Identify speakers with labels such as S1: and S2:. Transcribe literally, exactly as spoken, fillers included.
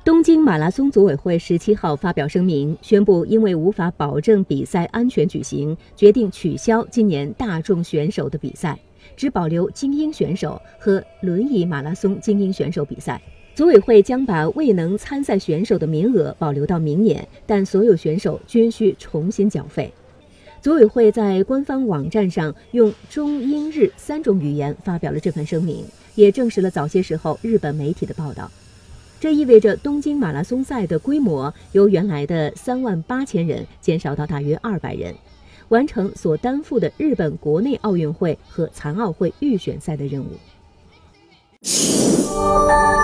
S1: 东京马拉松组委会十七号发表声明，宣布因为无法保证比赛安全举行，决定取消今年大众选手的比赛，只保留精英选手和轮椅马拉松精英选手比赛。组委会将把未能参赛选手的名额保留到明年，但所有选手均需重新缴费。组委会在官方网站上用中英日三种语言发表了这份声明，也证实了早些时候日本媒体的报道。这意味着东京马拉松赛的规模由原来的三万八千人减少到大约二百人，完成所担负的日本国内奥运会和残奥会预选赛的任务。